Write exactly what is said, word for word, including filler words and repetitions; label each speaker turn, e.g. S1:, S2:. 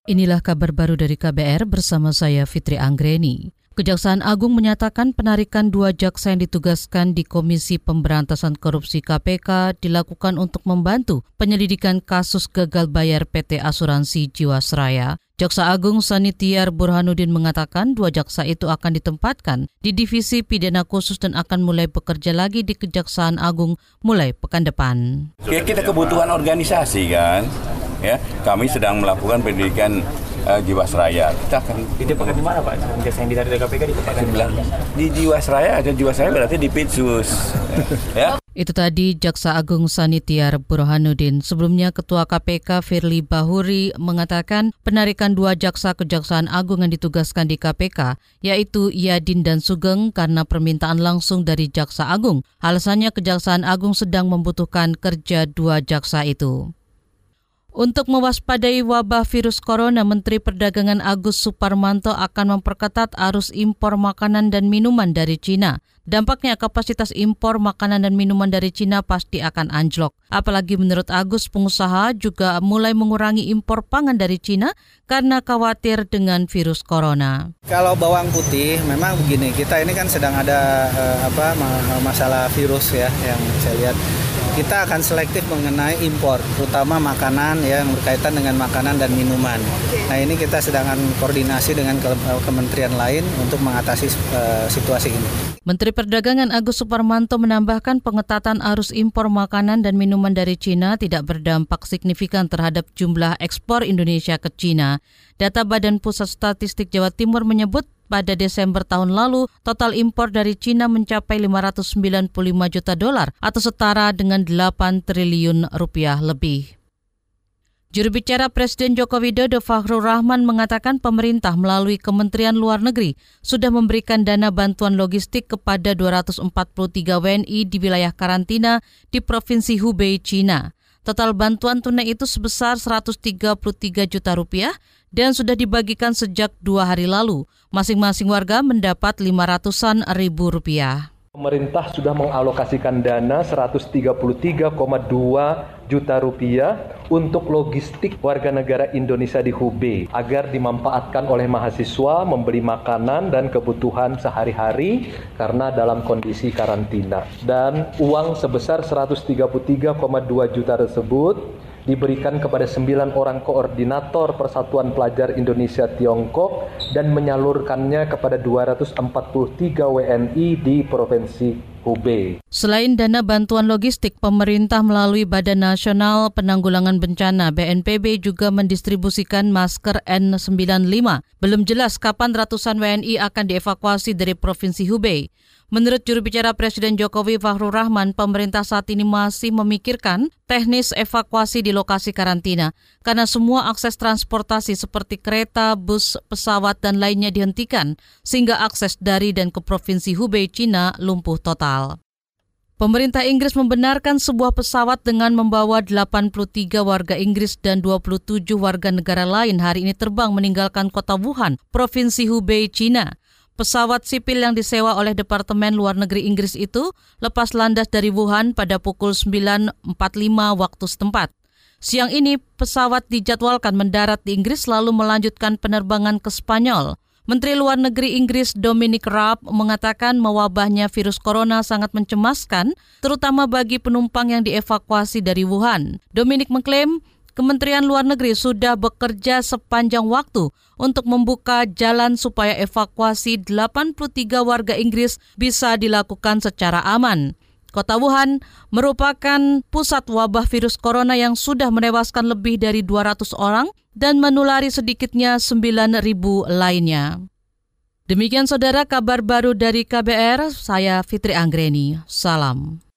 S1: Inilah kabar baru dari K B R bersama saya Fitri Anggreni. Kejaksaan Agung menyatakan penarikan dua jaksa yang ditugaskan di Komisi Pemberantasan Korupsi K P K dilakukan untuk membantu penyelidikan kasus gagal bayar P T Asuransi Jiwasraya. Jaksa Agung Sanitiar Burhanuddin mengatakan dua jaksa itu akan ditempatkan di Divisi Pidana Khusus dan akan mulai bekerja lagi di Kejaksaan Agung mulai pekan depan.
S2: Ya, kita kebutuhan organisasi kan, ya kami sedang melakukan pendidikan uh, Jiwasraya. Kita akan
S3: ditempatkan di mana Pak? Jaksa yang ditarik dari K P K ditempatkan di mana?
S2: Di Jiwasraya, ada Jiwasraya berarti di Pitsus. Ya.
S1: Itu tadi Jaksa Agung Sanitiar Burhanuddin. Sebelumnya Ketua K P K Firly Bahuri mengatakan penarikan dua jaksa Kejaksaan Agung yang ditugaskan di K P K, yaitu Yadin dan Sugeng karena permintaan langsung dari Jaksa Agung. Alasannya Kejaksaan Agung sedang membutuhkan kerja dua jaksa itu. Untuk mewaspadai wabah virus corona, Menteri Perdagangan Agus Suparmanto akan memperketat arus impor makanan dan minuman dari Cina. Dampaknya kapasitas impor makanan dan minuman dari Cina pasti akan anjlok. Apalagi menurut Agus, pengusaha juga mulai mengurangi impor pangan dari Cina karena khawatir dengan virus corona.
S4: Kalau bawang putih, memang begini, kita ini kan sedang ada eh, apa masalah virus ya yang saya lihat. Kita akan selektif mengenai impor, terutama makanan yang berkaitan dengan makanan dan minuman. Nah ini kita sedang koordinasi dengan ke- kementerian lain untuk mengatasi uh, situasi ini.
S1: Menteri Perdagangan Agus Suparmanto menambahkan pengetatan arus impor makanan dan minuman dari Cina tidak berdampak signifikan terhadap jumlah ekspor Indonesia ke Cina. Data Badan Pusat Statistik Jawa Timur menyebut pada Desember tahun lalu, total impor dari Cina mencapai lima ratus sembilan puluh lima juta dolar atau setara dengan delapan triliun rupiah lebih. Juru bicara Presiden Joko Widodo Fakhrul Rahman mengatakan pemerintah melalui Kementerian Luar Negeri sudah memberikan dana bantuan logistik kepada dua ratus empat puluh tiga W N I di wilayah karantina di Provinsi Hubei, Cina. Total bantuan tunai itu sebesar seratus tiga puluh tiga juta rupiah dan sudah dibagikan sejak dua hari lalu. Masing-masing warga mendapat lima ratusan ribu rupiah.
S5: Pemerintah sudah mengalokasikan dana seratus tiga puluh tiga koma dua juta rupiah untuk logistik warga negara Indonesia di Hubei agar dimanfaatkan oleh mahasiswa membeli makanan dan kebutuhan sehari-hari karena dalam kondisi karantina. Dan uang sebesar seratus tiga puluh tiga koma dua juta tersebut diberikan kepada sembilan orang koordinator Persatuan Pelajar Indonesia Tiongkok dan menyalurkannya kepada dua ratus empat puluh tiga W N I di Provinsi Hubei.
S1: Selain dana bantuan logistik, pemerintah melalui Badan Nasional Penanggulangan Bencana B N P B juga mendistribusikan masker N sembilan puluh lima. Belum jelas kapan ratusan W N I akan dievakuasi dari Provinsi Hubei. Menurut juru bicara Presiden Jokowi Fakhrul Rahman, pemerintah saat ini masih memikirkan teknis evakuasi di lokasi karantina karena semua akses transportasi seperti kereta, bus, pesawat, dan lainnya dihentikan sehingga akses dari dan ke Provinsi Hubei, Cina lumpuh total. Pemerintah Inggris membenarkan sebuah pesawat dengan membawa delapan puluh tiga warga Inggris dan dua puluh tujuh warga negara lain hari ini terbang meninggalkan kota Wuhan, Provinsi Hubei, Cina. Pesawat sipil yang disewa oleh Departemen Luar Negeri Inggris itu lepas landas dari Wuhan pada pukul sembilan empat puluh lima waktu setempat. Siang ini pesawat dijadwalkan mendarat di Inggris lalu melanjutkan penerbangan ke Spanyol. Menteri Luar Negeri Inggris Dominic Raab mengatakan mewabahnya virus corona sangat mencemaskan, terutama bagi penumpang yang dievakuasi dari Wuhan. Dominic mengklaim Kementerian Luar Negeri sudah bekerja sepanjang waktu untuk membuka jalan supaya evakuasi delapan puluh tiga warga Inggris bisa dilakukan secara aman. Kota Wuhan merupakan pusat wabah virus corona yang sudah menewaskan lebih dari dua ratus orang dan menulari sedikitnya sembilan ribu lainnya. Demikian saudara kabar baru dari K B R, saya Fitri Anggreni. Salam.